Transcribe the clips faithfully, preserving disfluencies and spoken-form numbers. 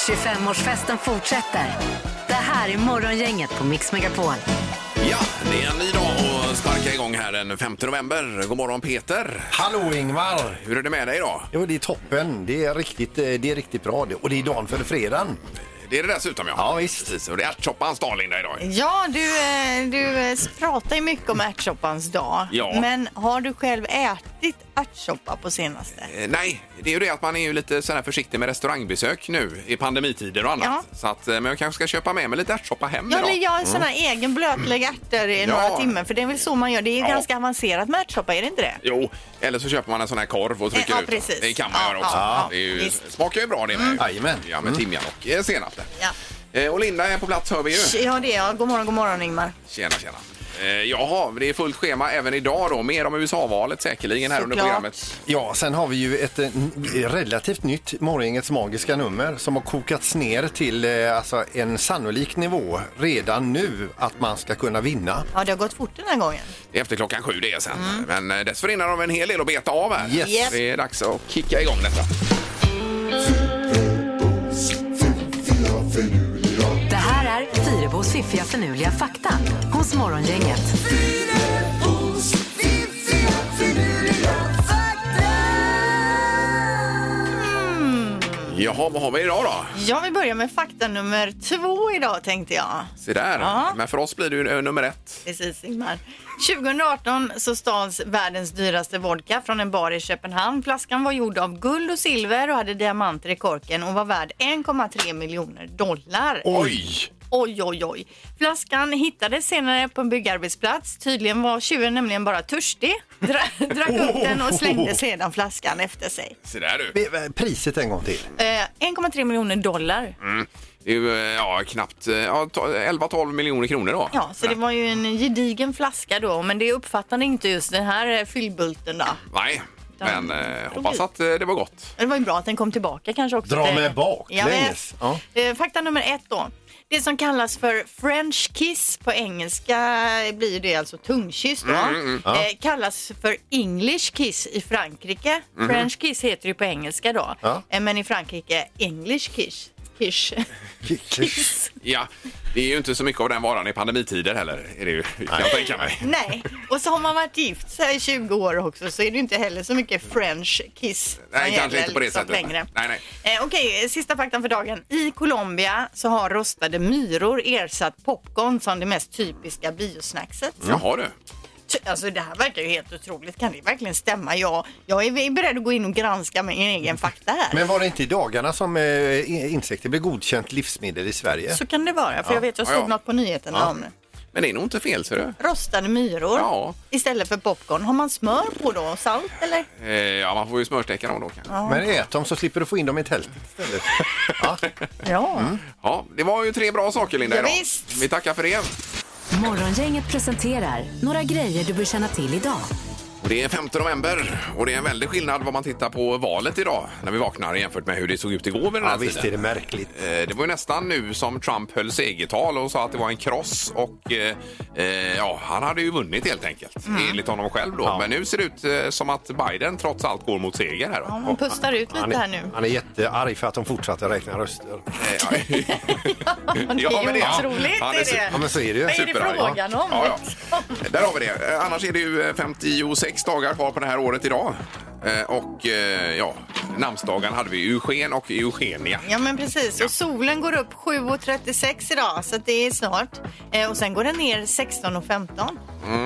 tjugofemårsfesten fortsätter. Det här är Morgongänget på Mix Megapol. Ja, det är en ny dag och sparka igång här den femte november. God morgon Peter. Hallå Ingmar. Hur är det med dig idag? Jo, det är toppen. Det är riktigt, det är riktigt bra. Och det är dagen för fredagen. Det är det dessutom, ja. Ja, visst. Precis, och det är ärtsoppans dag, Linda, idag. Ja, du, du pratar ju mycket om ärtsoppans dag. Ja. Men har du själv ätit ärtsoppa på senaste? Eh, nej, det är ju det att man är ju lite så här försiktig med restaurangbesök nu i pandemitider och annat. Ja. Så att, men jag kanske ska köpa med mig lite ärtsoppa hem Ja, idag. eller jag en sån här egen blötlägg ärtor i Ja. några timmar. För det är väl så man gör. Det är ju Ja. ganska avancerat med ärtsoppa, är det inte det? Jo, eller så köper man en sån här korv och trycker Ja, ut. precis. Det kan man Ja, göra också. ja, det är ju, visst. smakar ju bra det med. Jajamän. Ja, med timjan och eh, senap där. Ja. Eh, och Linda är på plats, hör vi ju. Ja, det är jag. God morgon, god morgon Ingmar. Tjena, tjena. Eh, jaha, det är fullt schema även idag då. Mer om U S A-valet säkerligen här under Såklart. programmet. Ja, sen har vi ju ett eh, relativt nytt Morgongängets magiska nummer som har kokats ner till eh, alltså en sannolik nivå redan nu att man ska kunna vinna. Ja, det har gått fort den här gången. Efter klockan sju det är sen. Men eh, dessförinnan har vi en hel del att beta av här. Yes. Yes. Det är dags att kicka igång detta. Det här är Fyrebos fiffiga förnuliga fakta hos Morgongänget. Jaha, vad har vi idag då? Ja, vi börjar med fakta nummer två idag tänkte jag. Se där. Ja. Men för oss blir det ju eh, nummer ett. Precis, Ingmar. tjugoarton så stals världens dyraste vodka från en bar i Köpenhamn. Flaskan var gjord av guld och silver och hade diamanter i korken och var värd en komma tre miljoner dollar. Oj! Oj, oj, oj. Flaskan hittades senare på en byggarbetsplats. Tydligen var tjuven nämligen bara törstig. Dra, drack upp den och slängde sedan flaskan efter sig. Se där du. Be- Priset en gång till. Eh, en komma tre miljoner dollar. Mm. Det är ju eh, ja, knappt eh, ja, elva tolv miljoner kronor då. Ja, så det var ju en gedigen flaska då. Men det uppfattade inte just den här fyllbulten då. Nej, men eh, hoppas ut. att eh, det var gott. Det var ju bra att den kom tillbaka kanske också. Dra till- med baklänges. Ja, Ja. eh, fakta nummer ett då. Det som kallas för French kiss på engelska blir det alltså tungkyss då. Ja. Eh, kallas för English kiss i Frankrike. French kiss heter det på engelska då. Ja. Eh, men i Frankrike English kiss. Kiss. Kiss. Ja, det är ju inte så mycket av den varan i pandemitider heller. Är det ju, kan jag tänka mig. Nej, och så har man varit gift så här i tjugo år också så är det ju inte heller så mycket French kiss. Nej, som kanske gäller inte på det liksom sättet. längre. Nej, nej. Eh, Okej, sista faktan för dagen. I Colombia så har rostade myror ersatt popcorn som det mest typiska biosnackset. Jaha du. Ty- Alltså det här verkar ju helt otroligt. Kan det verkligen stämma? Jag, jag är beredd att gå in och granska min egen fakta här. Men var det inte i dagarna som eh, insekter blev godkänt livsmedel i Sverige? Så kan det vara, för jag vet jag Ja, såg ja. något på nyheterna Ja. om det. Men det är nog inte fel, ser du. Rostade myror Ja. istället för popcorn. Har man smör på då? Salt eller? Eh, ja, man får ju smörsteka dem då kanske. Ja. Men ät dem så slipper du få in dem i tältet istället. Ja. Ja. ja, det var ju tre bra saker, Linda, Ja, idag. visst. Vi tackar för det. Morgongänget presenterar några grejer du bör känna till idag. Och det är femte november och det är en väldig skillnad vad man tittar på valet idag när vi vaknar jämfört med hur det såg ut igår vid den här Ja, visst är tiden. det märkligt. Eh, Det var ju nästan nu som Trump höll segertal och sa att det var en kross och eh, eh, ja, han hade ju vunnit helt enkelt, enligt honom själv då. Ja. Men nu ser det ut eh, som att Biden trots allt går mot seger här då. Ja, man pustar ut Han lite här är, nu. han är jättearg för att de fortsätter räkna röster. Eh, ja. Det är Ja, men det- ja. otroligt, Han är är su- det. Ja, men så är det ju. Vad är det Superarg. frågan om? Ja, ja. Där har vi det. Eh, Annars är det ju eh, femtiosex dagar kvar på det här året idag. Eh, Och eh, ja, namnsdagen hade vi Eugen och Eugenia. Ja, men precis. Och solen går upp sju och trettiosex idag, så att det är snart. Eh, och sen går den ner sexton och femton.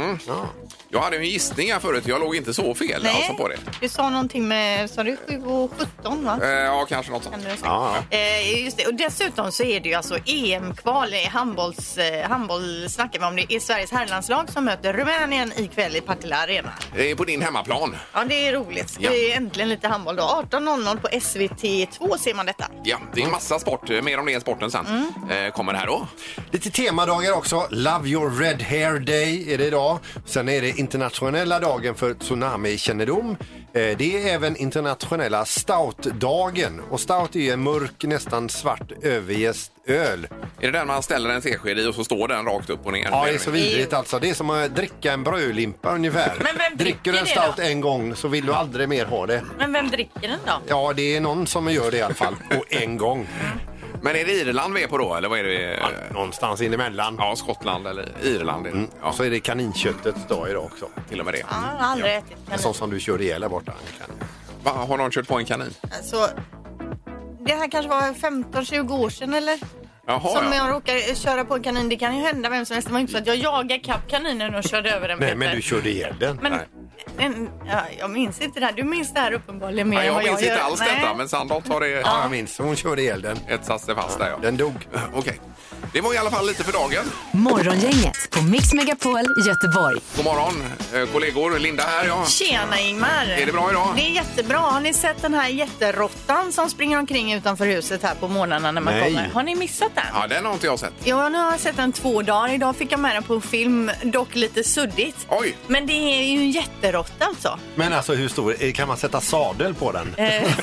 Jag hade ju en gissning här förut, jag låg inte så fel alltså på det. du sa någonting med, sa du sju och sjutton va? Eh, Ja, kanske något sånt. Kan du säga? Ja. Eh, just det. Och dessutom så är det ju alltså E M-kval i handbolls, eh, handboll snackar vi om. Det är Sveriges herrlandslag som möter Rumänien ikväll i Partille Arena. Det är på din hemmaplan. Ja, det är roligt. Ja. Det är äntligen lite handboll då. arton noll noll på S V T två ser man detta. Ja, det är en massa sport. Mer om det i sporten sen. Eh, kommer det här då? Lite temadagar också. Love your red hair day är det idag. Sen är det internationella dagen för tsunami-kännedom. Eh, Det är även internationella stout-dagen. Och stout är en mörk, nästan svart överjäst öl. Är det den man ställer en tesked i och så står den rakt upp och ner? Ja, det är så vidrigt alltså. Det är som att dricka en brödlimpa ungefär. Men vem dricker du en dricker det stout då? en gång så vill du aldrig mer ha det. Men vem dricker den då? Ja, det är någon som gör det i alla fall. På en gång. Men är det Irland vi är på då, eller vad är det? Ja, någonstans in emellan. Ja, Skottland eller Irland. Mm. Ja. Så är det kaninköttets dag idag också. Till och med det. Ja, jag har aldrig ätit En kanin. sån som du körde ihjäl där borta. Va, har någon kört på en kanin? Alltså, det här kanske var femton tjugo år sedan eller? Jaha, Som ja. jag råkar köra på en kanin. Det kan ju hända vem som helst. Det var inte så att jag jagade kapp kaninen och körde över den. Nej, Peter. men du körde ihjäl den. Men, Nej. en, ja, jag minns inte det här. Du minns det här uppenbarligen mer Nej, än jag vad jag minns inte gör. alls Nej. detta, men Sandholt har det Ja, jag minns. Hon körde ihjäl den. ett satt sig fast där. Ja. Den dog. Okej. Det var i alla fall lite för dagen. Morgongänget på Mix Megapol Göteborg. God morgon, eh, kollegor. Linda här, ja. Tjena Ingmar! Är det bra idag? Det är jättebra. Har ni sett den här jätterottan som springer omkring utanför huset här på morgnarna när man Nej. kommer? Har ni missat den? Ja, den har inte jag sett. Ja, nu har jag sett den två dagar. Idag fick jag med den på en film, dock lite suddigt. Oj! Men det är ju en jätterotta alltså. Men alltså hur stor? Kan man sätta sadel på den? Eh.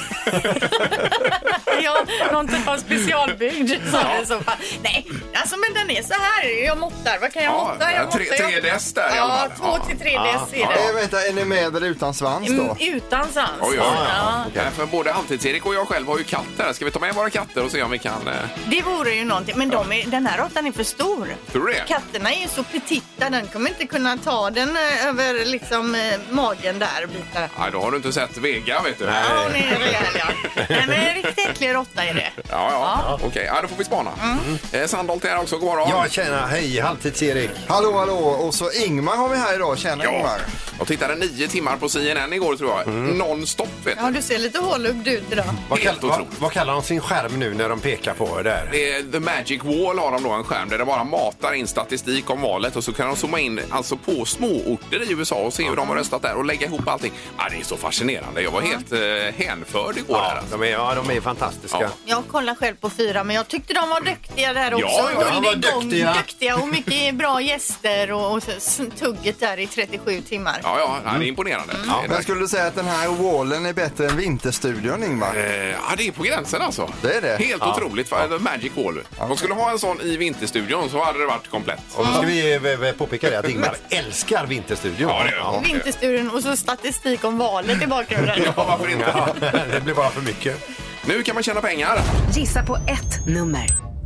Ja, någon typ av specialbyggd så är det i så fall. Nej, alltså men den är så här. Jag måttar. Vad kan jag Ja, måtta? Jag tre- måttar. tre dess där i alla Ja, fall. två Ja. till tre dess är Ja, det. Jag vet inte, är ni med eller utan svans då? Mm, utan svans. Oj, oj, oj. Ja. Okej, för både Halvtids-Erik och jag själv har ju katter. Ska vi ta med våra katter och se om vi kan... Eh... Det vore ju någonting. Men de är, den här råttan är för stor. Tror du det? Katterna är ju så petita. Den kommer inte kunna ta den eh, över liksom eh, magen där och bita. Nej, då har du inte sett Vega, vet du. Ja, hon är rejäl, ja. Nej, men en riktigt äcklig råtta är det. Ja, ja. Okej, ja, då får vi spana. Mm. Eh, Sandholt är här också. God morgon. Ja, tjena. Hej, Halvtids-Erik. Hallå, hallå. Och så Ingmar har vi här idag. Tjena Ja, Ingmar. jag tittade nio timmar på C N N igår, tror jag. Non-stop, vet du. Ja, du ser lite hålugd ut idag. Vad, Helt kall, vad, otroligt. vad kallar de sin skärm nu när de pekar på det där? Det är The Magic Wall har de då, en skärm där det bara matar in statistik om valet och så kan de zooma in alltså på småorter i U S A och se hur de har röstat där och lägga ihop allting. Ja, det är så fascinerande. Jag var helt eh, hänförd igår här. Ja, Alltså. de är, ja, de är fantastiska. Ja. Jag kollar själv på fyra, men jag tyckte de var duktiga där också. Ja, ja, de Höll var igång. duktiga. duktiga och mycket bra gäster och, och så, tugget där i trettiosju timmar. Ja, ja, ja, det är imponerande. Mm. Det är det Men verkligen. skulle du säga att den här wallen är bättre än Vinterstudion, Ingmar? Eh, ja, det är på gränsen alltså. Det är det. Helt Ja. otroligt. Ja. The Magic Wall. De skulle ha en sån i Vinterstudion så hade det varit komplett. Och då ska vi eh, påpeka det att Ingmar älskar Vinterstudion. Ja, det gör jag. Vinterstudion och så statistik om valet i bakgrunden. Ja, varför inte? Ja, det blir bara för mycket. Nu kan man tjäna pengar. Gissa på ett nummer.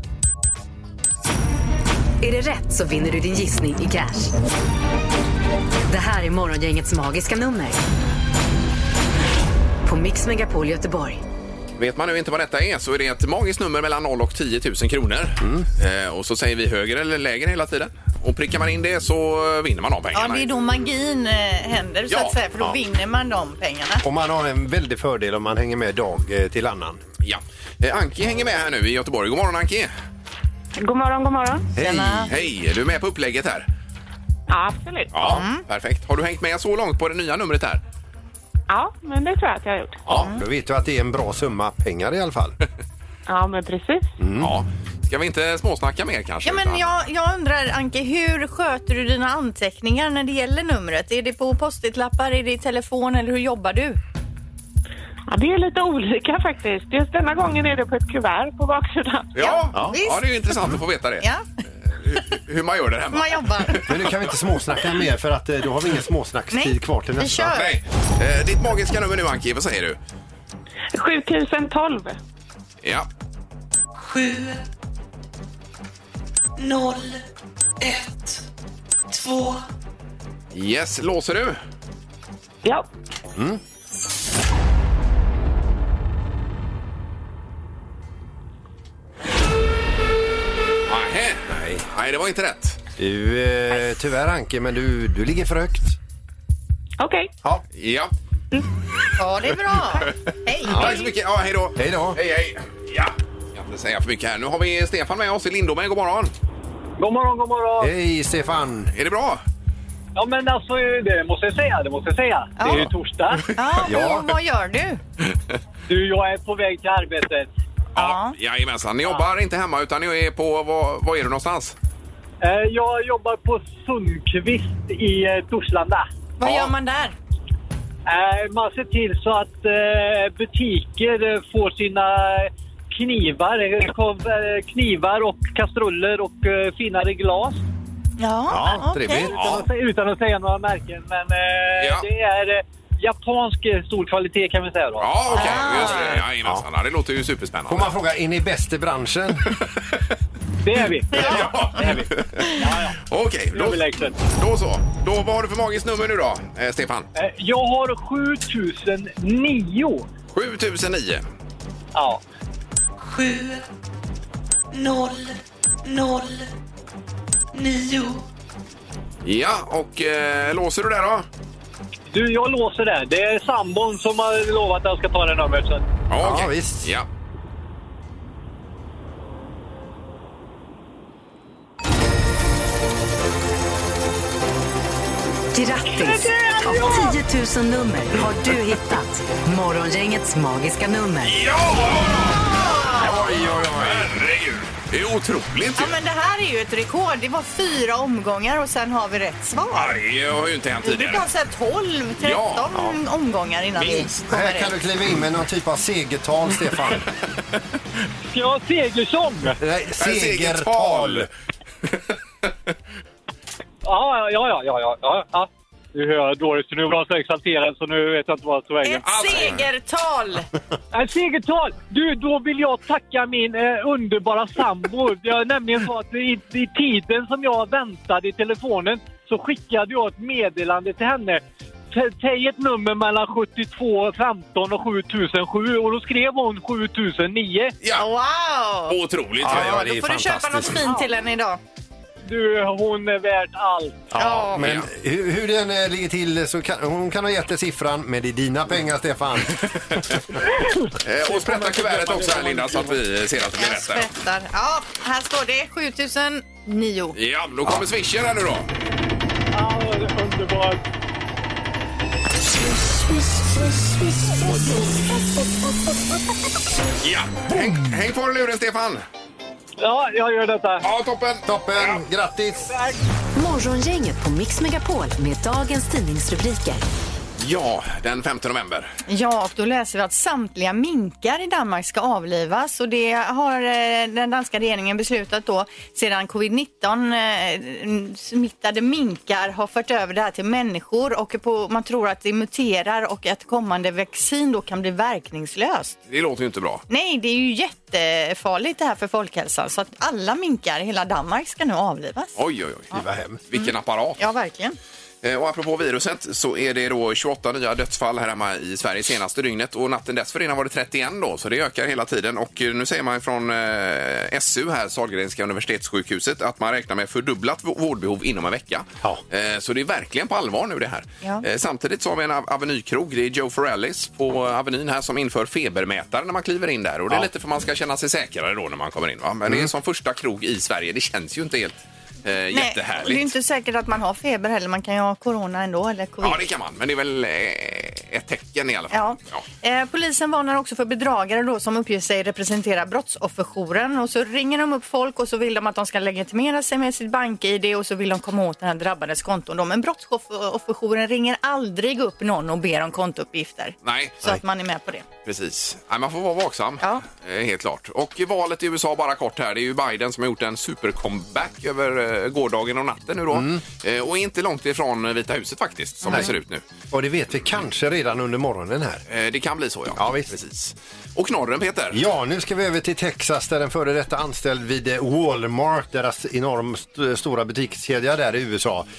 Är det rätt så vinner du din gissning i cash. Det här är Morgongängets magiska nummer. På Mix Megapol Göteborg. Vet man nu inte vad detta är så är det ett magiskt nummer mellan noll och tio tusen kronor. Eh, och så säger vi högre eller lägre hela tiden. Och prickar man in det så vinner man de pengarna. Ja, det är då magin eh, händer så Ja. att säga, för då Ja. vinner man de pengarna. Och man har en väldig fördel om man hänger med dag eh, till annan. Ja. Eh, Anki hänger med här nu i Göteborg. God morgon Anki. God morgon, god morgon. Hej! Hej, du är med på upplägget här. Ja, absolut. Ja, perfekt. Har du hängt med så långt på det nya numret här? Ja, men det tror jag att jag har gjort. Ja. Då vet du att det är en bra summa pengar i alla fall. Ja, men precis. Ja. Ska vi inte småsnacka mer kanske? Ja, men Utan- jag, jag undrar, Anke, hur sköter du dina anteckningar när det gäller numret? Är det på post-it-lappar, är det i telefon eller hur jobbar du? Ja, det är lite olika faktiskt. Just denna gången är det på ett kuvert på baksidan. Ja, Ja, ja. visst. det är ju intressant att få veta det. Ja, Hur, hur man gör det hemma. man jobbar. Men nu kan vi inte småsnacka mer för att eh, då har vi ingen småsnackstid Nej, kvar till vi nästa. kör. Nej. Eh, ditt magiska nummer nu Anki, vad säger du? sju tusen tolv. Ja. Sju, noll, ett, två. Yes, låser du? Ja. Nej. Nej. Nej, det var inte rätt. Du, eh, tyvärr Anke, men du, du ligger för högt. Okej. Ja. Ja. Ja, det är bra. Hej. Tack så mycket. Ja, hej då. Hej då. Hej, hej. Ja. Jag kan inte säga för mycket här. Nu har vi Stefan med oss i Lindome. God morgon. God morgon, god morgon. Hej Stefan. Är det bra? Ja, men alltså, det måste jag säga, det måste jag säga. Ja. Det är ju torsdag. Ja, Ja. och vad gör du? Du, jag är på väg till arbetet. Ja. Jajamensan. Ni jobbar inte hemma utan ni är på... Var, var är du någonstans? Eh, Jag jobbar på Sundqvist i eh, Torslanda. Vad Ja. gör man där? Eh, Man ser till så att eh, butiker eh, får sina knivar, eh, kom- eh, knivar och kastruller och eh, finare glas. Ja, Ja, okej. trevligt. Utan, att, utan att säga några märken. Men eh, Ja. det är eh, japansk eh, stor kvalitet kan vi säga då. Ja, okej. Okay. Just det. Ja, innan. Ja. Det låter ju superspännande. Får man fråga, är ni bäst i branschen? Det är vi. Ja, det är vi. Ja, ja. Okej, då, då så. Då, vad har du för magiskt nummer nu då, eh, Stefan? Eh, jag har sju tusen nio. sju tusen nio. Ja. Sju, noll, noll, nio. Ja, och eh, låser du där då? Du, jag låser det. Det är sambon som har lovat att jag ska ta det numret. Så. Ja, okay. Ja, visst. Ja. Grattis! Av tio tusen nummer har du hittat Morgongängets magiska nummer. Ja! Oj, oj, oj. Herregud. Det är otroligt. Ja, men det här är ju ett rekord. Det var fyra omgångar och sen har vi rätt svar. Ja, det har ju inte hänt Vi tidigare. brukar ha tolv, tretton Ja, ja. omgångar innan Minst. vi kommer Här kan du rätt. kliva in med någon typ av segertal, Stefan. Ska jag ha segersång? Nej, Segertal. segertal. Ja, ja, ja, ja, ja, ja, ja. Nu hör jag dåligt, så nu var jag så exalterad så nu vet jag inte vad jag tog vägen. Ett segertal! Ett segertal! Du, då vill jag tacka min eh, underbara sambo. Jag nämligen så att i, i tiden som jag väntade i telefonen så skickade jag ett meddelande till henne. Säg ett nummer mellan sjuttiotvå femton och sju tusen sju och då skrev hon sju tusen nio. Ja, Wow! otroligt. Ja, Ja, ja, det är Då får du köpa något fantastiskt. fint till henne idag. Du, hon är värd allt. Ja, men hur, hur den eh, ligger till så kan hon kan ha gett dig siffran, men det är dina pengar, Stefan. Eh, och sprätta kuvertet också här, Linda, så att vi ser att det blir Jag rätt där. sprättar. Ja, här står det sju tusen nio. Ja, då kommer swishen här nu då. Ja, det är underbart. Ja, häng, häng kvar i luren, Stefan. Ja, jag gör detta. Ja, toppen. Toppen, Ja. grattis! Morgongänget på Mix Megapol med dagens tidningsrubriker. Ja, den femte november. Ja, och då läser vi att samtliga minkar i Danmark ska avlivas och det har eh, den danska regeringen beslutat då sedan covid nitton eh, smittade minkar har fört över det här till människor och på, man tror att det muterar och att kommande vaccin då kan bli verkningslöst. Det låter ju inte bra. Nej, det är ju jättefarligt det här för folkhälsan så att alla minkar i hela Danmark ska nu avlivas. Oj, oj, oj. Det var hemskt. Vilken apparat. Ja, verkligen. Eh, Och apropå viruset så är det då tjugoåtta nya dödsfall här hemma i Sverige senaste dygnet och natten dessförinnan var det trettioen då, så det ökar hela tiden och nu säger man från eh, S U här, Sahlgrenska universitetssjukhuset, att man räknar med fördubblat vårdbehov inom en vecka. Ja. Eh, så det är verkligen på allvar nu det här. Ja. Eh, samtidigt så har vi en av- avenykrog, det är Joe Forellis på Avenyn här som inför febermätare när man kliver in där och det är Ja. lite för man ska känna sig säkrare då när man kommer in, va? Men det är som första krog i Sverige, det känns ju inte helt eh, Nej, och jättehärligt. det är inte säkert att man har feber heller, man kan ju ha corona ändå eller covid. Ja, det kan man. Men det är väl eh, ett tecken i alla fall. Ja. Eh, polisen varnar också för bedragare då som uppger sig representera brottsofferjouren och så ringer de upp folk och så vill de att de ska legitimera sig med sitt bank-I D och så vill de komma åt den här drabbades konton. Då. Men brottsofferjouren ringer aldrig upp någon och ber om kontouppgifter. Nej, Så att man är med på det. precis. Nej, man får vara vaksam. Ja. Eh, helt klart. Och i valet i U S A bara kort här. Det är ju Biden som har gjort en supercomeback över eh, gårdagen och natten nu då. Mm. Eh, och inte långt ifrån Vita huset faktiskt, som det ser ut nu. Och det vet vi kanske redan under morgonen här. Eh, det kan bli så, ja. Ja, visst. Precis. Och knorren, Peter. Ja, nu ska vi över till Texas där en före detta anställd vid eh, Walmart, deras enormt st- stora butikskedja där i U S A,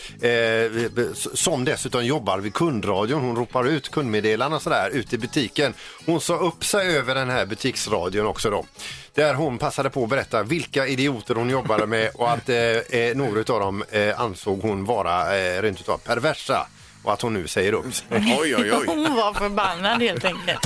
eh, som dessutom jobbar vid kundradion. Hon ropar ut kundmeddelanden och sådär ut i butiken. Hon sa upp sig över den här butiksradion också då. Där hon passade på att berätta vilka idioter hon jobbade med och att eh, eh, några av dem eh, ansåg hon vara eh, rent utav perversa och att hon nu säger upp sig. Oj, oj, oj. Hon var förbannad helt enkelt.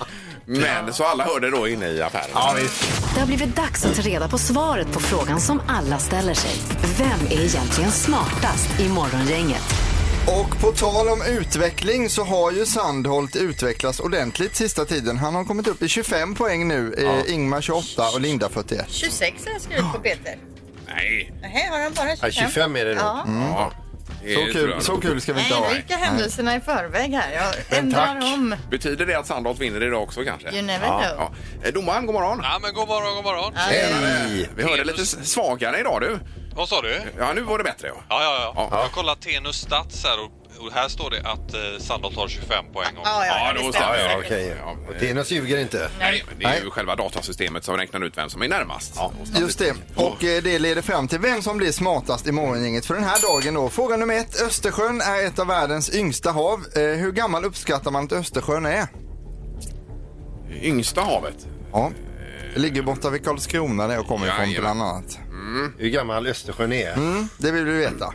Men så alla hörde då inne i affären. Ja, visst. Det har blivit dags att ta reda på svaret på frågan som alla ställer sig. Vem är egentligen smartast i Morgongänget? Och på tal om utveckling så har ju Sandholt utvecklats ordentligt sista tiden. Han har kommit upp i tjugofem poäng nu, eh, Ingmar tjugoåtta och Linda fyrtioett. tjugosex har jag skrivit på Peter. Nej. Nej, har han bara Ja, tjugofem? tjugofem är det nu. Ja. Ja. Det Så tror kul, jag så nog. kul ska vi inte Nej, ha. nu gick jag händelserna i förväg här. Jag Men ändrar tack. om. Betyder det att Sandholt vinner idag också kanske? You never know. Ja. Eh, Domaren, god morgon. Ja, men god morgon, god morgon. Tjenare. Vi hörde lite svagare idag du. Vad sa du? Ja, nu var det bättre. Ja. Ja, ja, ja. Ja. Jag har kollat Tenus Stats här och, Och här står det att eh, Sandholt har tjugofem poäng. Och... Ja, ja, Ja, det då stämmer. stämmer Ja, det. okej. Ja, Och Tenus ljuger inte. Nej, men det är Nej. ju själva datasystemet som räknar ut vem som är närmast. Ja. Just det. Och eh, det leder fram till vem som blir smartast i morgongänget för den här dagen då. Fråga nummer ett. Östersjön är ett av världens yngsta hav. Eh, hur gammal uppskattar man att Östersjön är? Yngsta havet. Ja. Det ligger borta vid Karlskrona där jag kommer ifrån Jajamän. bland annat. Hur gammal Östersjön är. Mm, det vill du veta.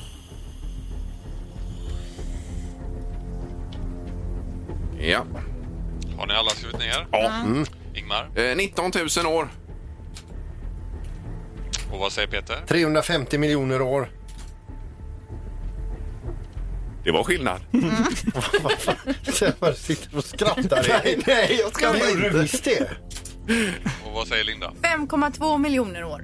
Ja. Har ni alla skrivit ner? Ja. Ingmar? Eh, nitton tusen år. Och vad säger Peter? trehundrafemtio miljoner år. Det var skillnad. Jag bara sitter och skrattar. Nej, nej, jag ska Gjorde du inte. visst det? Och vad säger Linda? fem komma två miljoner år.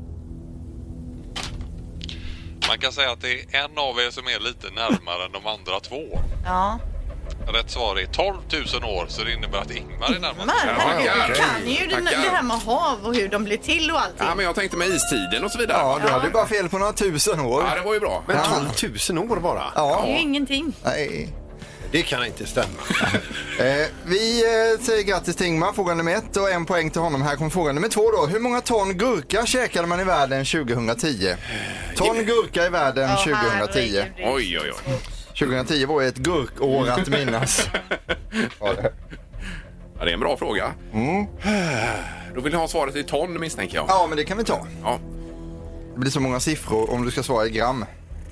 Man kan säga att det är en av er som är lite närmare än de andra två. Ja. Rätt svar är tolv tusen år, så det innebär att Ingmar är närmast. Men herregud, tackar. du kan ju det, Tackar. det här med hav och hur de blir till och allting. Ja, men jag tänkte med istiden och så vidare. Ja, du hade bara fel på några tusen år. Ja, det var ju bra. Men tolv tusen år bara? Ja. Det är ju ingenting. Nej. Det kan inte stämma. Eh, vi eh, säger grattis till Ingmar, fråga nummer ett och en poäng till honom. Här kommer fråga nummer två då. Hur många ton gurka käkade man i världen tjugohundratio? Ton gurka i världen Ja, tjugohundratio. herregud. Oj, oj, oj. tjugohundratio var ju ett gurkår att minnas. Ja, det. Ja, det är en bra fråga. Mm. Då vill jag ha svaret i ton misstänker jag. Ja, men det kan vi ta. Ja. Det blir så många siffror om du ska svara i gram.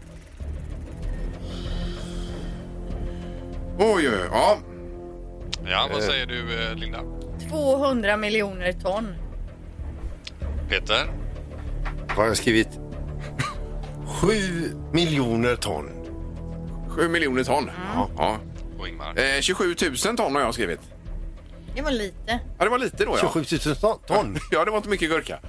Oj, oj, oj. Ja. Ja, vad säger du eh, Linda? tvåhundra miljoner ton. Peter? Har jag skrivit sju miljoner ton. Sju miljoner ton. Ja. Ja. Och Ingmar? Eh, tjugosju tusen ton har jag skrivit. Det var lite. Ja, det var lite då, ja. tjugosju tusen ton. Ja, det var inte mycket gurka.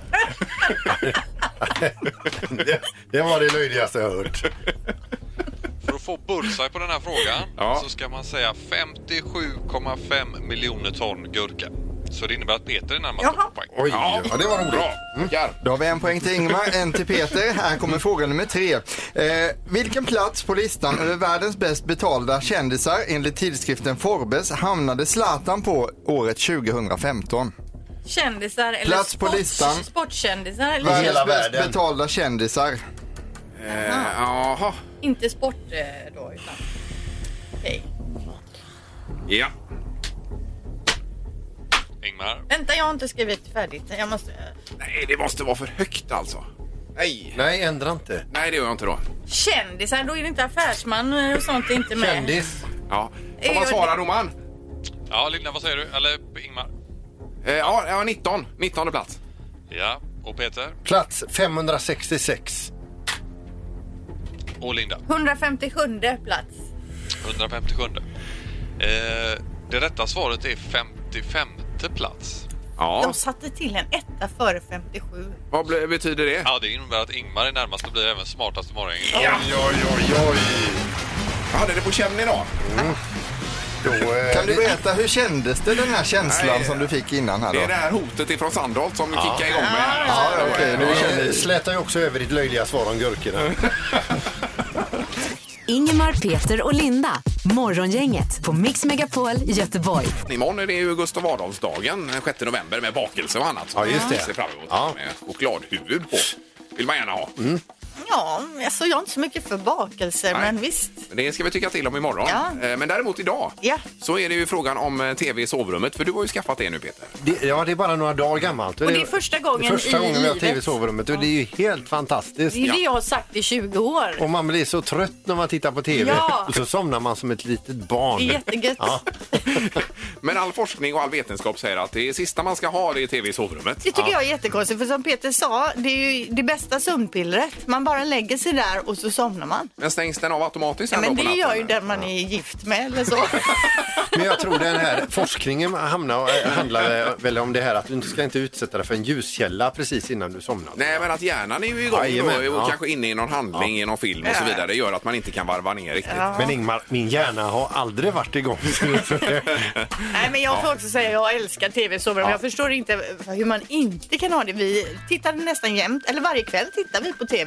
det, det var det löjligaste jag hört. För att få bullseye på den här frågan Ja. så ska man säga femtiosju komma fem miljoner ton gurka. Så det innebär att Peter är närmast Jaha. på poäng. Oj, ja, det var roligt. Bra. Tackar. Då har vi en poäng till Ingmar, en till Peter. Här kommer fråga nummer tre. Eh, vilken plats på listan över världens bäst betalda kändisar enligt tidskriften Forbes hamnade Zlatan på året tjugohundrafemton? Kändisar eller Plats på sports- listan. sportkändisar eller Världens hela bäst världen. betalda kändisar. Eh, Jaha. inte sport eh, då utan. Okej. Ja. Ingmar? Vänta, jag har inte skrivit färdigt. Jag måste... Nej, det måste vara för högt alltså. Nej. Nej, ändra inte. Nej, det gör jag inte då. Kändisar, då är det inte affärsman och sånt är inte med. Kändis. Ja. Får man svara, domaren? Ja, Linda, vad säger du? Eller Ingmar? Eh, ja, ja, nitton. nittonde plats. Ja, och Peter? Plats femhundrasextiosex. Och Linda? hundrafemtiosjunde plats. hundrafemtiosju. Eh, det rätta svaret är femtiofemte plats. Ja. De satte till en etta före femtiosju. Vad ble- betyder det? Ja, det innebär att Ingmar är närmast och blir även smartast i morgon. Ja. Oj, oj, oj, oj. Jag hade det på känn idag. Då, eh, Kan du berätta, hur kändes det, den här känslan Nej, som du fick innan här Det är då? det här hotet ifrån Sandholt som kickar igång med här. Ja, ja, okej, nu känner det slätar ju också över ditt löjliga svar om gurkorna. Ingemar, Peter och Linda. Morgongänget på Mix Megapol Göteborg. Imorgon är det ju Gustav Adolfsdagen, den sjätte november, med bakelse och annat. Ja, just det. Ser fram emot Ja. med chokladhuvud på. Vill man gärna ha. Ja, alltså jag är inte så mycket för bakelser, Nej. men visst. Men det ska vi tycka till om imorgon. Ja. Eh, Men däremot idag Ja. så är det ju frågan om eh, tv i sovrummet. För du har ju skaffat det nu, Peter. Det, ja, det är bara några dagar gammalt. Och det är första gången det är första i gången vi har livet. tv i sovrummet och det är ju helt fantastiskt. Det är det jag har sagt i tjugo år. Och man blir så trött när man tittar på tv Ja. och så somnar man som ett litet barn. Det är jättegött. Ja. Men all forskning och all vetenskap säger att det sista man ska ha det är tv i sovrummet. Det tycker jag är jättekonstigt, för som Peter sa, det är ju det bästa sömnpillret. Man bara lägger sig där och så somnar man. Men stängs den av automatiskt? Ja, sen men då det på gör natten? ju den man är gift med eller så. Men jag tror den här forskningen hamnar, handlar väl om det här att du inte ska inte utsätta dig för en ljuskälla precis innan du somnar. Nej, men att hjärnan är ju igång Jajamän, då, och ja. kanske inne i någon handling, i någon film och så vidare. Det gör att man inte kan varva ner riktigt. Men Ingmar, min hjärna har aldrig varit igång. Nej, men jag får också säga jag älskar tv i sovrummet. Jag förstår inte hur man inte kan ha det. Vi tittar nästan jämt, eller varje kväll tittar vi på tv i sovrummet.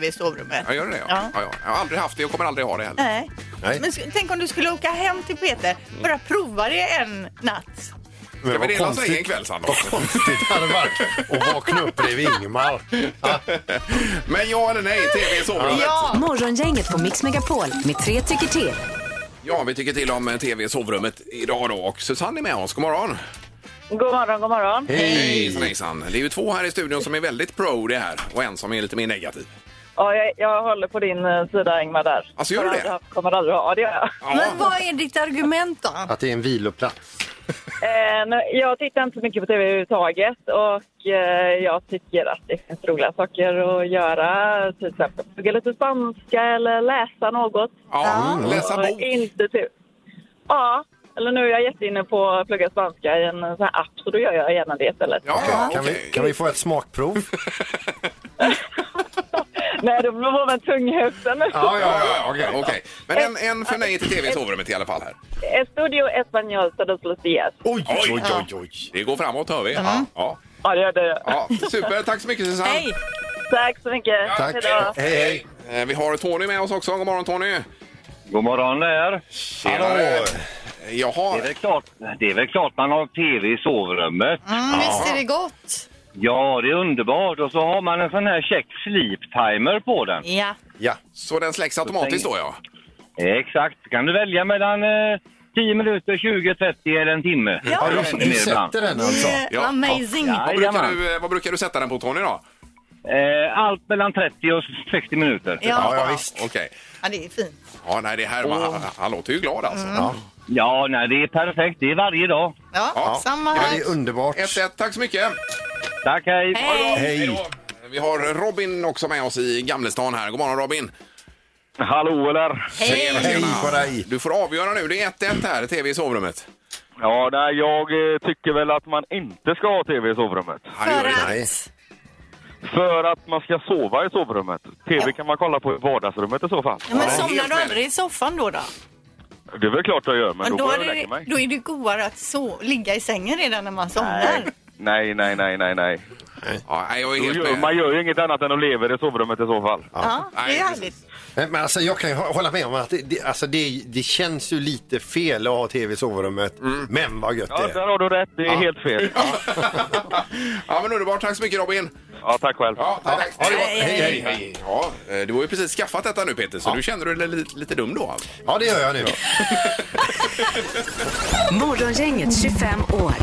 sovrummet. Ja, gör det det? Ja. Ja. Ja, ja. Jag har aldrig haft det och kommer aldrig ha det heller. Nej. Nej. Men sk- tänk om du skulle åka hem till Peter, bara prova det en natt. Ska vi dela sig en kväll, Sandra? Vad konstigt det hade varit att vakna upp bredvid Ingmar. Ja. Men ja eller nej, tv i sovrummet? Ja. Morgongänget på Mix Megapol med tre tycker till. Ja, vi tycker till om tv i sovrummet idag då. Och Susanne är med oss. God morgon. God morgon, god morgon. Hej, hejsan. Det är ju två här i studion som är väldigt pro det här och en som är lite mer negativ. Ja, jag, jag håller på din eh, sida, Ingmar, där. Alltså, gör du det? Jag kommer aldrig ha, ja, det gör jag. Ja. Men vad är ditt argument då? Att det är en viloplats. Eh, nu- jag tittar inte så mycket på tv överhuvudtaget och eh, jag tycker att det finns roliga saker att göra. Till exempel plugga lite spanska eller läsa något. Ja, läsa Och bok. Inte typ. Ja, eller nu är jag jätteinne på att plugga spanska i en sån här app, så då gör jag gärna det istället. Ja, ja, Kan, okej. vi, kan vi få ett smakprov? Nej, då får man tunghöften. Ja, ja, ja, okej, okej. Men en, en för nej till tv i sovrummet i alla fall här. Estudio español todos los días. Oj, Oj, oj, oj, oj. Det går framåt, hör vi. Ja, ja. Ja, det gör det. Ja, super. Tack så mycket, Susanne. Hej! Tack så mycket. Tack. Hejdå. Hej, hej. Eh, Vi har Tony med oss också. God morgon, Tony. God morgon där. Tjenare. Jaha. Det är väl klart, det är väl klart man har tv i sovrummet. Mm, visst är det gott? Ja, det är underbart. Och så har man en sån här check sleep timer på den. Ja. Ja. Så den släcks automatiskt då, ja? Exakt. Kan du välja mellan eh, tio minuter, tjugo, trettio eller en timme. Ja, du, du sätter den alltså. Ja. Amazing. Ja. Vad brukar, Jajamän. du, vad brukar du sätta den på, Tony, då? Eh, allt mellan trettio och sextio minuter. Ja. Ja, ja, visst. Okej. Ja, det är fint. Ja, nej, det här, han, han låter ju glad alltså. Ja. Ja, nej, det är perfekt. Det är varje dag. Ja, Ja. samma Ja, här. det är underbart. ett ett, tack så mycket. Tack, hej. Hej. Hej. då. Vi har Robin också med oss i Gamlestan här. God morgon, Robin. Hallå, eller? Tjena, Hej tjena. på dig. Du får avgöra nu. Det är ett ett här, tv i sovrummet. Ja, nej, jag eh, tycker väl att man inte ska ha tv i sovrummet. Ja, det gör För det. att... Nej. För att man ska sova i sovrummet. Tv kan man kolla på i vardagsrummet i så fall. Ja, men Ja, somnar helt du med. aldrig i soffan då? då? Det är väl klart jag gör, men, Men då då, får är jag lägga det, mig. då är det godare att så, ligga i sängen redan när man somnar. Nej, nej, nej, nej, nej. Ja, nej, jag är Då helt gör, med. man gör ju inget annat än att leva i sovrummet i så fall. Ja, det Nej, är precis. härligt. Men, men alltså, jag kan ju hå- hålla med om att det, det, alltså, det, det känns ju lite fel att ha tv i sovrummet. Men vad gött Ja, det där är. har du rätt. Det är helt fel. Ja, men underbart. Tack så mycket, Robin. Ja, tack själv. Ja, tack. Ha det gott. Hej, Hej, hej. Hej. Ja, eh, du har ju precis skaffat detta nu, Peter, så Ja. du känner dig lite, lite dum då. Alltså. Ja, det gör jag nu. Morgongänget tjugofem år.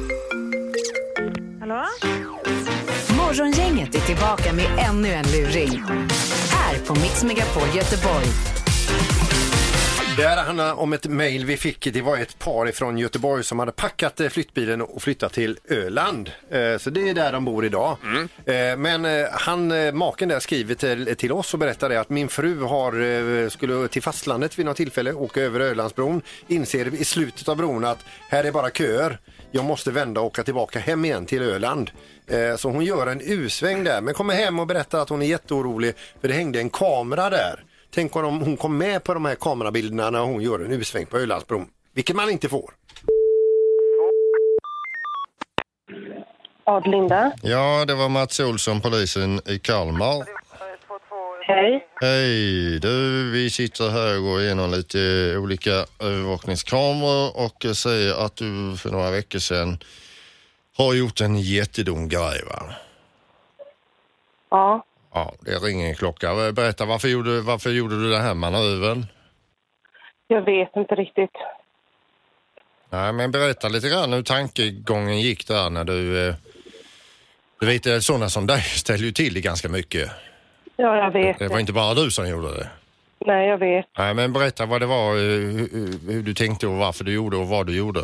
Hallå? Morgongänget är tillbaka med ännu en luring. Här på Mix Megapol Göteborg. Det här handlar om ett mejl vi fick. Det var ett par från Göteborg som hade packat eh, flyttbilen och flyttat till Öland. Eh, Så det är där de bor idag. Eh, Men eh, han, eh, maken där skriver till, till oss och berättar det att min fru har, eh, skulle till fastlandet vid något tillfälle, åka över Ölandsbron. Inser i slutet av bron att här är bara köer. Jag måste vända och åka tillbaka hem igen till Öland. Eh, Så hon gör en U-sväng där, men kommer hem och berättar att hon är jätteorolig för det hängde en kamera där. Tänk om hon kom med på de här kamerabilderna när hon gör en U-sväng på Ölandsbron. Vilket man inte får. Adlinda. Ja, det var Mats Olsson, polisen i Kalmar. Hej. Hej, du, vi sitter här och går igenom lite olika övervakningskameror och säger att du för några veckor sedan har gjort en jättedum grej, va? Ja. Ja, det ringer en klocka. Berätta, varför gjorde, varför gjorde du den här manövern? Jag vet inte riktigt. Nej, men berätta lite grann hur tankegången gick där när du... Eh, du vet, sådana som dig ställer ju till det ganska mycket. Ja, jag vet. Det var inte bara du som gjorde det. Nej, jag vet. Nej, men berätta vad det var, eh, hur, hur du tänkte och varför du gjorde och vad du gjorde.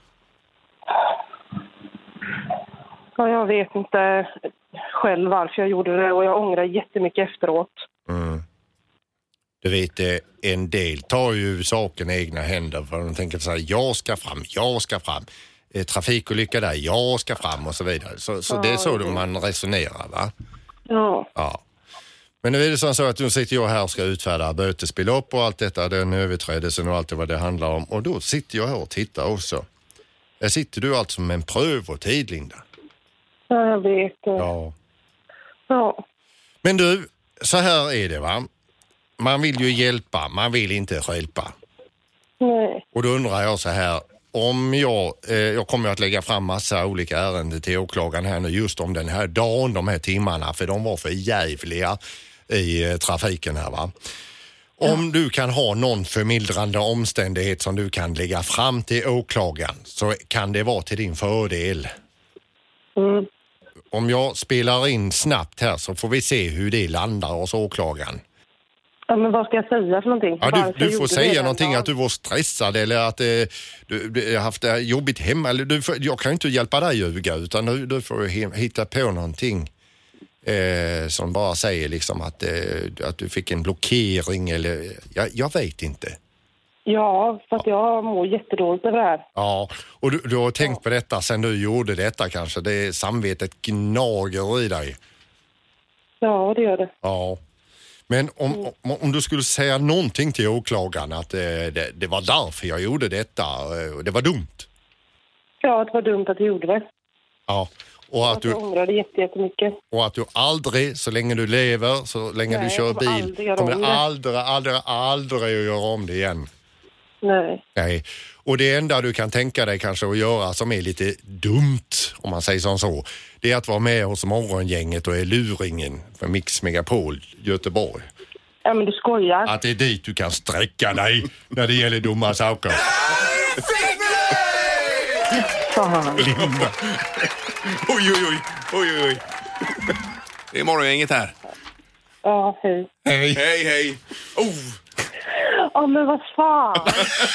Ja, jag vet inte själv varför jag gjorde det och jag ångrar jättemycket efteråt. Mm. Du vet, eh, en del tar ju saken i egna händer för de tänker så här, jag ska fram, jag ska fram. Eh, trafikolycka där, jag ska fram och så vidare. Så, så Ja, det är så det. man resonerar, va? Ja. Ja. Men nu är det så att nu sitter jag här och ska utfärda bötesbelopp och allt detta, den överträdelsen och allt det vad det handlar om. Och då sitter jag här och tittar också. Där sitter du alltså med en prövotid, Linda. Ja, jag vet. Ja. Ja. Men du, så här är det va. Man vill ju hjälpa, man vill inte stjälpa. Nej. Och då undrar jag så här, om jag, eh, jag kommer att lägga fram massa olika ärenden till åklagaren här nu just om den här dagen, de här timmarna, för de var för jävliga i eh, trafiken här va. Om du kan ha någon förmildrande omständighet som du kan lägga fram till åklagaren så kan det vara till din fördel. Mm. Om jag spelar in snabbt här så får vi se hur det landar hos åklagaren. Ja, men vad ska jag säga för någonting? Ja, Varför du, du får gjorde säga det någonting den att du var stressad eller att eh, du, du haft det jobbigt hemma. Eller du, jag kan ju inte hjälpa dig att ljuga utan du, du får hitta på någonting eh, som bara säger liksom att, eh, att du fick en blockering eller jag, jag vet inte. Ja, för att jag mår jättedåligt över det här. Ja, och du, du har tänkt på detta sen du gjorde detta kanske. Det samvetet gnager i dig. Ja, det gör det. Ja. Men om, Mm. om, om du skulle säga någonting till åklagaren att eh, det, det var därför jag gjorde detta och det var dumt. Ja, det var dumt att jag gjorde det. Ja, och att Jag du, ångrar det jättemycket. och att du aldrig, så länge du lever, så länge Nej, du kör jag kommer bil, aldrig göra kommer om du det. aldrig, aldrig, aldrig att göra om det igen. Nej. Nej. Och det enda du kan tänka dig kanske att göra som är lite dumt, om man säger som så, det är att vara med hos morgongänget och är luringen för Mix Megapol Göteborg. Ja, men du skojar. Att det är dit du kan sträcka dig när det gäller dumma saker. Fan. Linda. Oj, oj, oj. oj, oj, oj. Det är morgongänget här. Ja, hej. Hej. Hej, hej. Oh. Ja, men vad fan.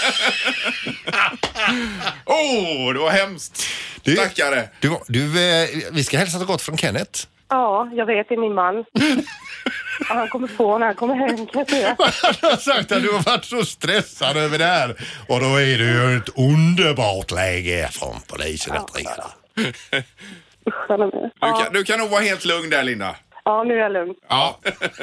Åh, oh, det var hemskt. Du, Stackare. du, du, eh, vi ska hälsa så gott från Kenneth. Ja, jag vet, det är min man. Ja, han kommer få när han kommer hem, kan jag säga. Han har sagt att du har varit så stressad över det här. Och då är det ju ett underbart läge från polisen att ringa. Usch, han är med. Du kan, du kan nog vara helt lugn där, Linda. Ja, nu är jag lugn. Ja.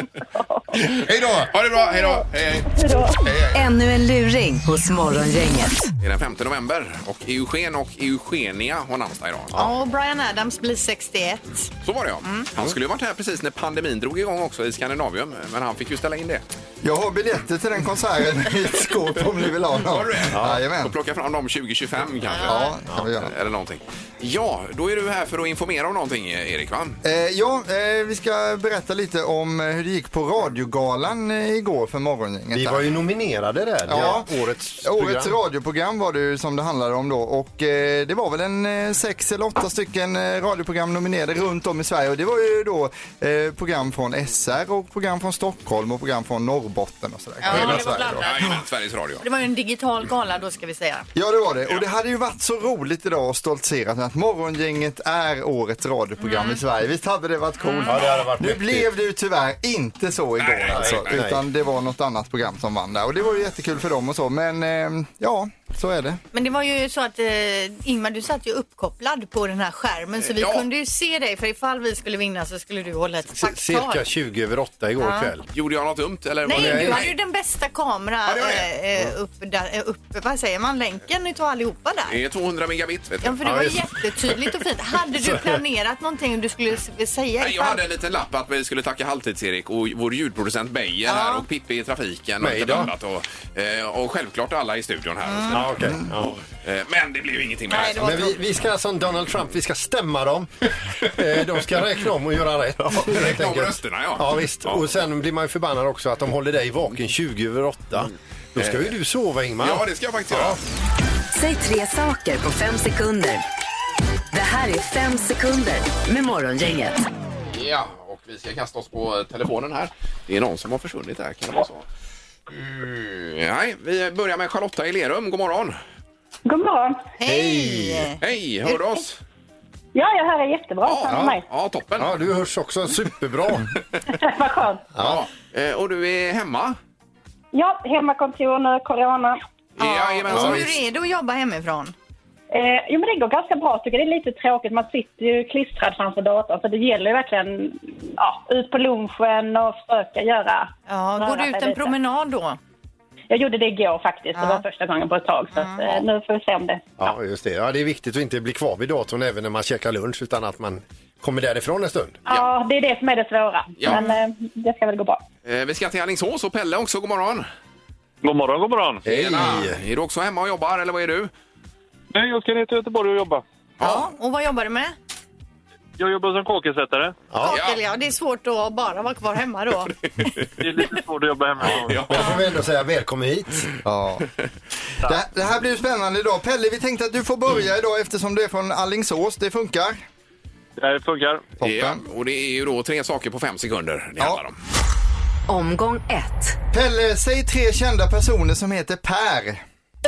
Hej då. Ha det bra. Hej då. Hej, hej. Hej då. Hej, hej. Ännu en luring hos Morgongänget. Det är den femte november och Eugen och Eugenia har namnsdag idag. Ja, och Brian Adams blir sextioett. Så var det ja. Han skulle ju varit här precis när pandemin drog igång också i Skandinavium, men han fick ju ställa in det. Jag har biljetter till den konserten i ett skåp om ni vill ha dem. Har du det? Ja, jajamän. Och plocka fram dem tjugo tjugofem kanske. Ja, kan vi göra. Eller någonting. Ja, då är du här för att informera om någonting, Erik, va? Eh, ja, eh, vi ska berätta lite om hur det gick på radiogalan eh, igår för morgongänget. Vi där. var ju nominerade där. Ja, ja årets program. Årets radioprogram var det ju som det handlade om då och eh, det var väl en eh, sex eller åtta stycken eh, radioprogram nominerade runt om i Sverige och det var ju då eh, program från S R och program från Stockholm och program från Norrbotten och sådär. Ja, Hela det var Sverige då. blandat. Ja, men Sveriges Radio. Det var ju en digital gala då, ska vi säga. Ja, det var det. Och det hade ju varit så roligt idag och stoltserat med att morgongänget är årets radioprogram Mm. i Sverige. Visst hade det varit coolt? Ja, det hade varit Nu mäktigt. blev det ju tyvärr inte så igår Nej, nej, alltså, nej, nej. utan det var något annat program som vann där. Och det var ju jättekul för dem och så, men eh, ja, så är det. Men det var ju så att eh, Ingmar, du satt ju uppkopplad på den här skärmen så vi Ja. kunde ju se dig, för ifall vi skulle vinna så skulle du hålla ett C- tacktal. cirka tjugo över åtta igår Ja. kväll. Gjorde jag något dumt? Eller? Nej, var det... du hade ju den bästa kamera Ja, det var det. eh, upp, där, eh, upp, vad säger man, länken utav allihopa där. Det är tvåhundra megabit, vet du. Ja, för det Ja, var visst. jättetydligt och fint. Hade du planerat någonting du skulle s- säga? Nej, jag ifall- hade en liten lapp att vi skulle tacka Halvtids-Erik och vår ljudproducent Beijer här och Pippi i trafiken och Mig lite då? annat och, eh, och självklart alla i studion här. Mm. Ja, okej. Ja. Eh, Men det blev ingenting med Nej, det. det var Men vi, vi ska som Donald Trump, vi ska stämma dem. Eh, De ska räkna om och göra rätt. helt Räkna om enkelt. rösterna, ja. Ja, visst. Ja. Och sen blir man ju förbannad också att de håller dig vaken tjugo över åtta. Då ska ju du sova, Ingmar. Ja, det ska jag faktiskt göra. Säg tre saker på fem sekunder. Det här är fem sekunder med Morgongänget. Ja, och vi ska kasta oss på telefonen här. Det är någon som har försvunnit här, kan det vara så? Mm, nej, vi börjar med Charlotta i Lerum. God morgon. God morgon. Hej! Hej, hör du oss? Ja, jag hör er jättebra. Ja, Ja, ja, mig. ja, toppen. Ja, du hörs också superbra. Vad skönt. Ja. Eh, Och du är hemma? Ja, hemmakontor nu, corona. Jajamensan, Och visst. hur är det att jobba hemifrån? Eh, jo, men det går ganska bra. Jag tycker det är lite tråkigt. Man sitter ju klistrad framför datorn. Så det gäller ju verkligen ja, ut på lunchen och försöka göra... Ja, röra går du sig ut en lite. promenad då? Jag gjorde det igår faktiskt. Det Ja. var första gången på ett tag. Så att, eh, nu får vi se om det... Ja, just det. Ja, det är viktigt att inte bli kvar vid datorn även när man käkar lunch utan att man kommer därifrån en stund. Ja, det är det som är det svåra. Ja. Men eh, det ska väl gå bra. Eh, vi ska till Alingsås och Pelle också. God morgon. God morgon, god morgon. Hej. Är du också hemma och jobbar eller vad är du? Nej, jag ska ner till Göteborg och jobba. Ja, och vad jobbar du med? Jag jobbar som kakelsättare. Kakel, ja. Det är svårt att bara vara kvar hemma då. Det är lite svårt att jobba hemma. Ja. Men jag får väl ändå säga välkommen hit. Ja. Det, det här blir spännande idag. Pelle, vi tänkte att du får börja idag eftersom du är från Alingsås. Det funkar? Det funkar. Ja, och det är ju då tre saker på fem sekunder det handlar om. Omgång ett. Pelle, säg tre kända personer som heter Per.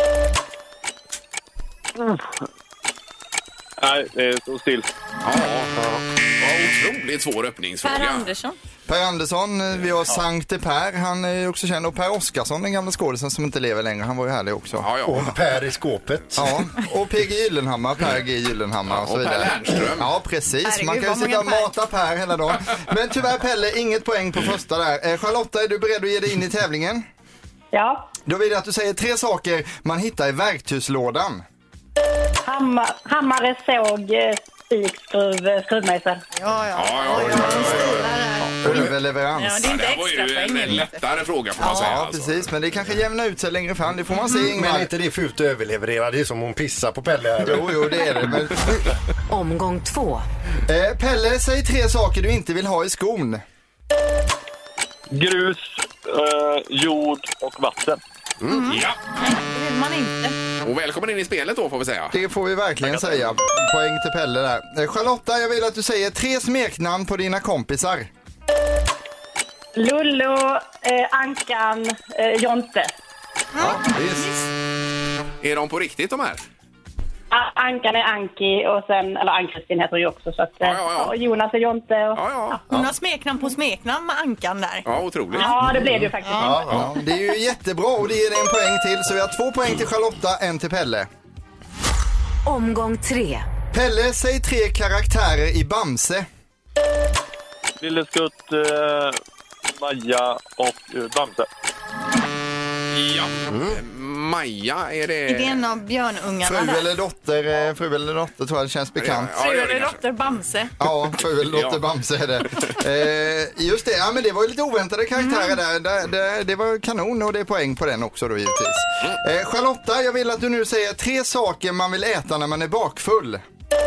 Mm. Nej, det är så still. Ja, ja. Otroligt svår öppningsfråga. Per Andersson. Per Andersson, vi har Sankte Per, han är också känd. Och Per Oskarsson, den gamla skådisen som inte lever längre, han var ju härlig också. Ja, ja. Och Per i skåpet. Ja, och P G Gyllenhammar, Per G Gyllenhammar Ja, och så och Per vidare. Lernström. Ja, precis. Herregud, Man kan ju vad sitta och många mata Per hela dagen. Men tyvärr Pelle, inget poäng på första där. Eh, Charlotta, är du beredd att ge dig in i tävlingen? Ja. Då vill jag att du säger tre saker man hittar i verktygslådan. Hammar, hammare, såg, eh, spik, skruv, eh, skruvmejsel. Ja, ja. Ja, ja, ja, ja, Ulveleverans. Ja, det är inte Det var ju extra en poäng. lättare fråga får man säga. Ja, alltså. precis. Men det kanske jämnar ut sig längre fram. Det får man se, Men Ingmar. är inte det fult att överleverera? Det är som hon pissar på Pelle här. Jo, jo, det är det. Men... Omgång två. Eh, Pelle, säg tre saker du inte vill ha i skon. Grus, eh, jord och vatten. Mm. Ja, Det vill man inte. och välkommen in i spelet då får vi säga. Det får vi verkligen säga. Poäng till Pelle där. Eh, Charlotta, jag vill att du säger tre smeknamn på dina kompisar. Lullo, eh, Ankan, eh, Jonte. Ja, visst. Är de på riktigt de här? A- Ankan är Anki och sen, eller Ann-Kristin heter hon ju också. Så att, eh, Ja, ja, ja. och Jonas är Jonte. Och, Ja, ja. Hon har smeknamn på smeknamn med Ankan där. Ja, otroligt. ja, det blev det ju faktiskt. Ja, ja. Det är ju jättebra och det ger dig en poäng till. Så vi har två poäng till Charlotta, en till Pelle. Omgång tre. Pelle, säg tre karaktärer i Bamse. Lille Skutt, eh, Maja och eh, Bamse. Ja. Maja, är det... Är det en av björnungarna Fru där? eller dotter, eh, fru eller dotter tror jag det känns bekant. Ja, det Fru gör det eller kanske. dotter Bamse? Ja, fru eller dotter Ja. Bamse är det. Eh, just det, ja men det var ju lite oväntade karaktärer där. Det, det, det var kanon och det är poäng på den också då givetvis. Eh, Charlotta, jag vill att du nu säger tre saker man vill äta när man är bakfull.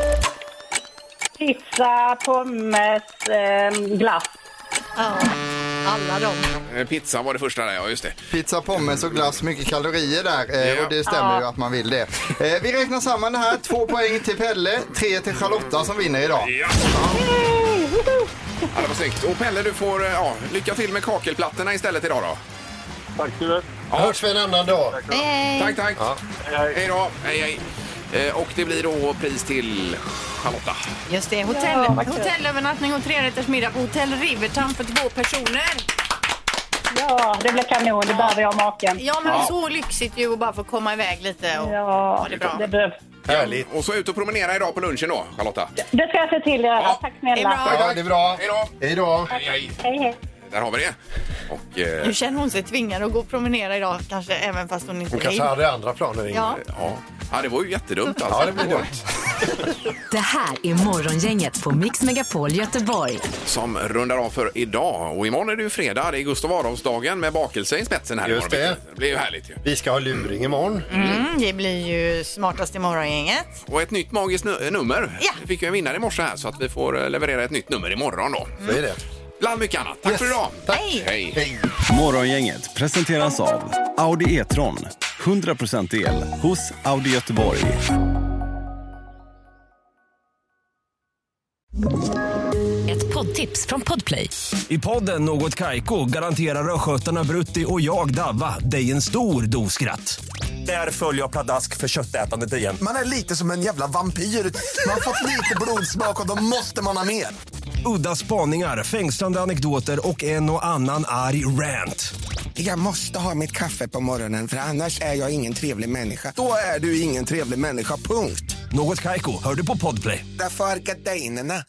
Pizza, pommes, eh, glass. Ja, alla de. Eh, Pizza var det första där, ja just det. Pizza, pommes och glass, mycket kalorier där. Eh, Ja. och det stämmer ju att man vill det. Eh, vi räknar samman det här. Två poäng till Pelle, tre till Charlotta som vinner idag. Ja. Ja, det var snyggt. Och Pelle, du får eh, ja, lycka till med kakelplattorna istället idag då. Tack så mycket. Ja. Hörs vi en annan dag. Hej. Tack, tack. Ja. Hej då. Hej, hej. Eh, och det blir då pris till Charlotta. Just det, hotell, Ja, vad kul. hotellövernattning och trerättersmiddag på Hotell Rivertown för två personer. Ja, det blir kanon. Det behöver jag maken. Ja, men så lyxigt ju att bara få komma iväg lite. Och... Ja, det är bra. det behövs. Härligt. Och så ut och promenera idag på lunchen då, Charlotta. Det ska jag se till. Ja. Ja. Tack Det är snälla. bra. Ja, det är bra. Hej då. Hej då. Hej, hej. Hej, hej. Där har vi det. Och, eh, Nu känner hon sig tvingad att gå och promenera idag, kanske även fast hon inte Hon kanske vill. hade andra planer in. Ja. ja. ja, det var ju jättedumt alltså. Ja, det blir dumt. Det här är Morgongänget på Mix Megapol Göteborg. Som rundar av för idag. Och imorgon är det ju fredag. Det är Gustav Adolfsdagen med bakelse i spetsen här. Just imorgon. det. Det blir ju härligt ju. Vi ska ha luring imorgon. Mm, det blir ju smartast i morgongänget. Och ett nytt magiskt nu- nummer. Ja. Vi fick ju en vinnare i morse här så att vi får eh, leverera ett nytt nummer imorgon då. Så är det. Bland mycket annat. Tack Yes. för idag. Tack. Hej! Hej. Hej. Morgongänget presenteras av Audi E-tron. hundra procent el hos Audi Göteborg. Ett poddtips från Podplay. I podden Något Kaiko garanterar östgötarna Brutti och jag Davva dig en stor dos skratt. Där följer jag pladask för köttätandet igen. Man är lite som en jävla vampyr. Man har fått lite blodsmak och då måste man ha mer. Udda spaningar, fängslande anekdoter och en och annan arg rant. Jag måste ha mitt kaffe på morgonen för annars är jag ingen trevlig människa. Då är du ingen trevlig människa, punkt. Något Kaiko, hör du på Podplay. Därför är gardinerna.